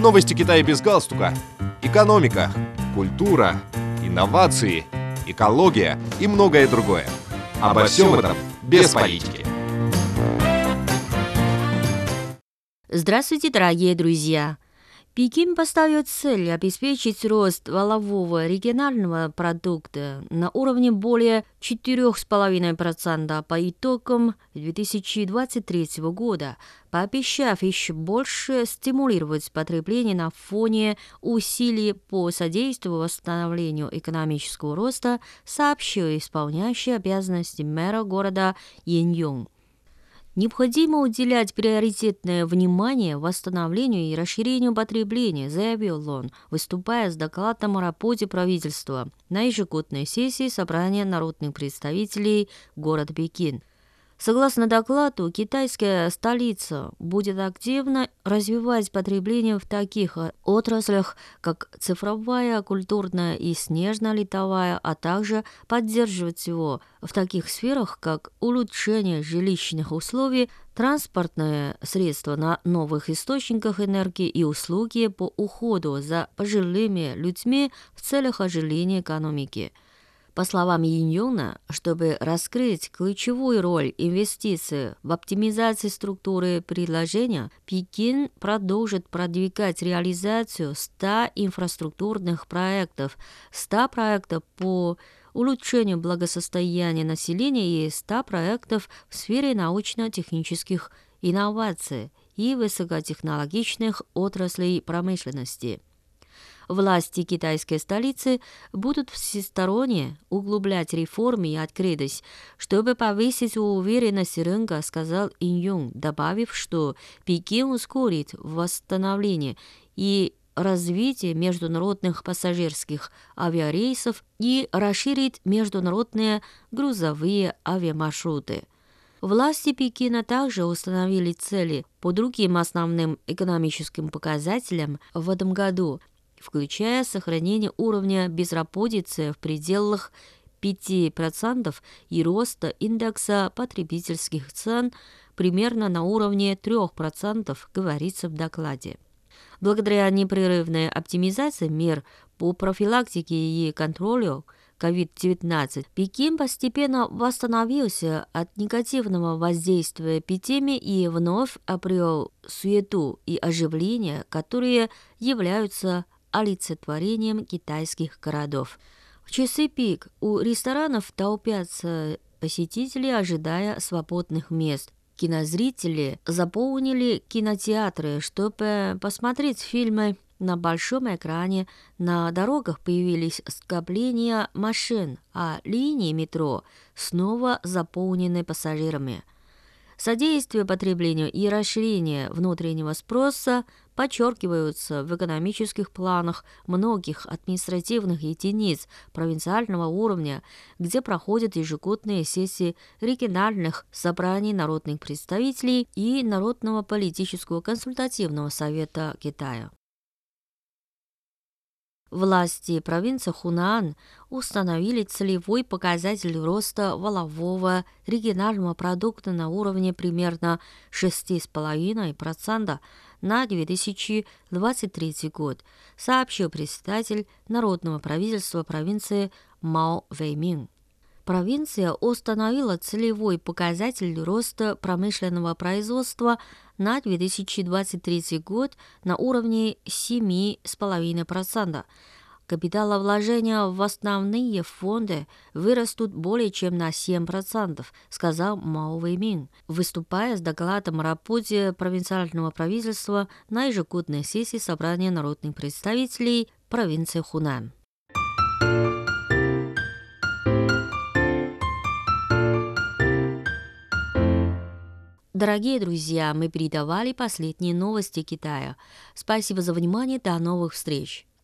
Новости Китая без галстука. Экономика, культура, инновации, экология и многое другое. Обо всем этом без политики. Здравствуйте, дорогие друзья! Пекин поставил цель обеспечить рост валового регионального продукта на уровне более 4,5% по итогам 2023 года, пообещав еще больше стимулировать потребление на фоне усилий по содействию восстановлению экономического роста, сообщил исполняющий обязанности мэра города Яньюн. Необходимо уделять приоритетное внимание восстановлению и расширению потребления, заявил он, выступая с докладом о работе правительства на ежегодной сессии собрания народных представителей города Пекин. Согласно докладу, китайская столица будет активно развивать потребление в таких отраслях, как цифровая, культурная и снежно-летовая, а также поддерживать его в таких сферах, как улучшение жилищных условий, транспортные средства на новых источниках энергии и услуги по уходу за пожилыми людьми в целях оживления экономики. По словам Яньюна, чтобы раскрыть ключевую роль инвестиций в оптимизации структуры предложения, Пекин продолжит продвигать реализацию 100 инфраструктурных проектов, 100 проектов по улучшению благосостояния населения и 100 проектов в сфере научно-технических инноваций и высокотехнологичных отраслей промышленности. Власти китайской столицы будут всесторонне углублять реформы и открытость, чтобы повысить уверенность рынка, сказал Яньюн, добавив, что Пекин ускорит восстановление и развитие международных пассажирских авиарейсов и расширит международные грузовые авиамаршруты. Власти Пекина также установили цели по другим основным экономическим показателям в этом году, включая сохранение уровня безработицы в пределах 5% и роста индекса потребительских цен примерно на уровне 3%, говорится в докладе. Благодаря непрерывной оптимизации мер по профилактике и контролю COVID-19, Пекин постепенно восстановился от негативного воздействия эпидемии и вновь обрел суету и оживление, которые являются олицетворением китайских городов. В часы пик у ресторанов толпятся посетители, ожидая свободных мест. Кинозрители заполнили кинотеатры, чтобы посмотреть фильмы на большом экране. На дорогах появились скопления машин, а линии метро снова заполнены пассажирами. Содействие потреблению и расширение внутреннего спроса подчеркиваются в экономических планах многих административных единиц провинциального уровня, где проходят ежегодные сессии региональных собраний народных представителей и Народного политического консультативного совета Китая. Власти провинции Хунань установили целевой показатель роста валового регионального продукта на уровне примерно 6,5% на 2023 год, сообщил председатель Народного правительства провинции Мао Вэймин. Провинция установила целевой показатель роста промышленного производства на 2023 год на уровне 7,5%. Капиталовложения в основные фонды вырастут более чем на 7%, сказал Мао Вэймин, выступая с докладом о работе провинциального правительства на ежегодной сессии собрания народных представителей провинции Хунань. Дорогие друзья, мы передавали последние новости Китая. Спасибо за внимание, до новых встреч!